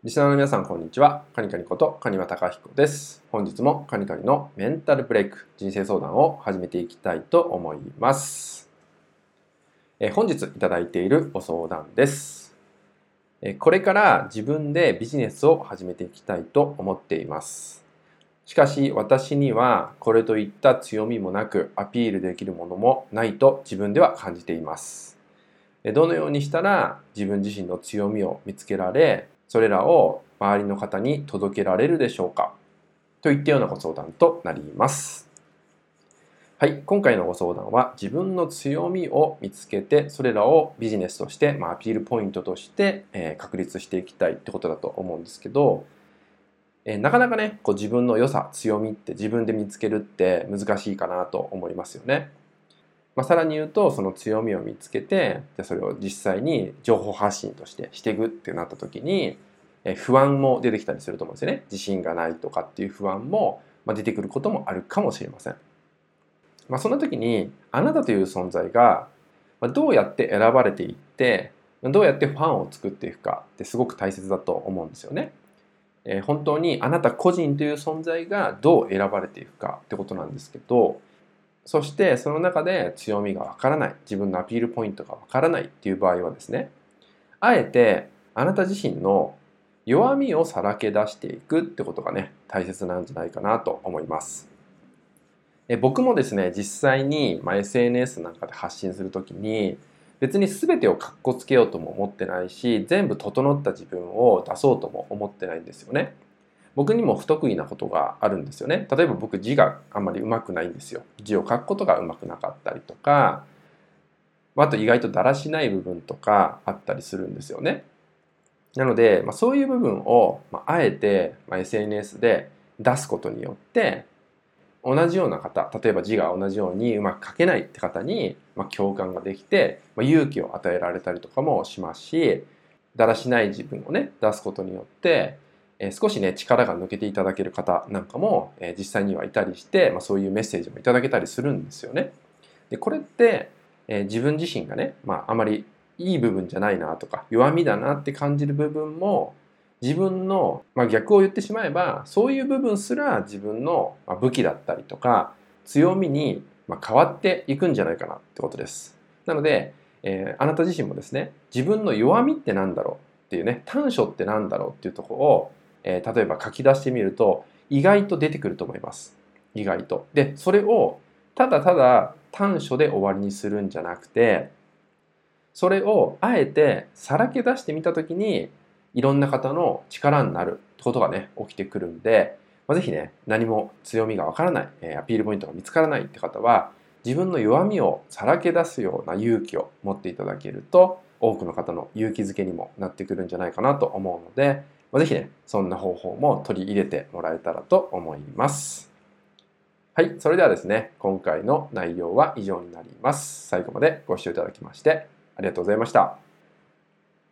リスナーの皆さん、こんにちは。カニカニことカニワタカヒコです。本日もカニカニのメンタルブレイク、人生相談を始めていきたいと思います。本日いただいているご相談です。これから自分でビジネスを始めていきたいと思っています。しかし私にはこれといった強みもなくアピールできるものもないと自分では感じています。どのようにしたら自分自身の強みを見つけられ、それらを周りの方に届けられるでしょうかといったようなご相談となります。はい、今回のご相談は自分の強みを見つけて、それらをビジネスとして、アピールポイントとして、確立していきたいってことだと思うんですけど、なかなかね、自分の良さ、強みって自分で見つけるって難しいかなと思いますよね。さらに言うと、その強みを見つけて、それを実際に情報発信としていくってなった時に、不安も出てきたりすると思うんですよね。自信がないとかっていう不安も出てくることもあるかもしれません。そんな時に、あなたという存在がどうやって選ばれていって、どうやってファンを作っていくかってすごく大切だと思うんですよね。本当にあなた個人という存在がどう選ばれていくかってことなんですけど、そしてその中で強みがわからない、自分のアピールポイントがわからないっていう場合はですね、あえてあなた自身の弱みをさらけ出していくってことがね、大切なんじゃないかなと思います。僕もですね、実際に、SNS なんかで発信するときに、別に全てをかっこつけようとも思ってないし、全部整った自分を出そうとも思ってないんですよね。僕にも不得意なことがあるんですよね。例えば僕字があんまり上手くないんですよ。字を書くことが上手くなかったりとか、あと意外とだらしない部分とかあったりするんですよね。なので、そういう部分を、あえて、SNS で出すことによって、同じような方、例えば字が同じようにうまく書けないって方に、共感ができて、勇気を与えられたりとかもしますし、だらしない自分をね、出すことによって、少しね、力が抜けていただける方なんかも、実際にはいたりして、そういうメッセージもいただけたりするんですよね。で、これって、自分自身がね、あまりいい部分じゃないなとか、弱みだなって感じる部分も、自分の、逆を言ってしまえば、そういう部分すら自分の武器だったりとか、強みに変わっていくんじゃないかなってことです。なので、あなた自身もですね、自分の弱みってなんだろうっていうね、短所ってなんだろうっていうところを、例えば書き出してみると、意外と出てくると思います。意外と。で、それをただただ短所で終わりにするんじゃなくて、それをあえてさらけ出してみたときに、いろんな方の力になることがね、起きてくるんで、ぜひね、何も強みがわからない、アピールポイントが見つからないって方は、自分の弱みをさらけ出すような勇気を持っていただけると、多くの方の勇気づけにもなってくるんじゃないかなと思うので、ぜひね、そんな方法も取り入れてもらえたらと思います。はい、それではですね、今回の内容は以上になります。最後までご視聴いただきましてありがとうございました。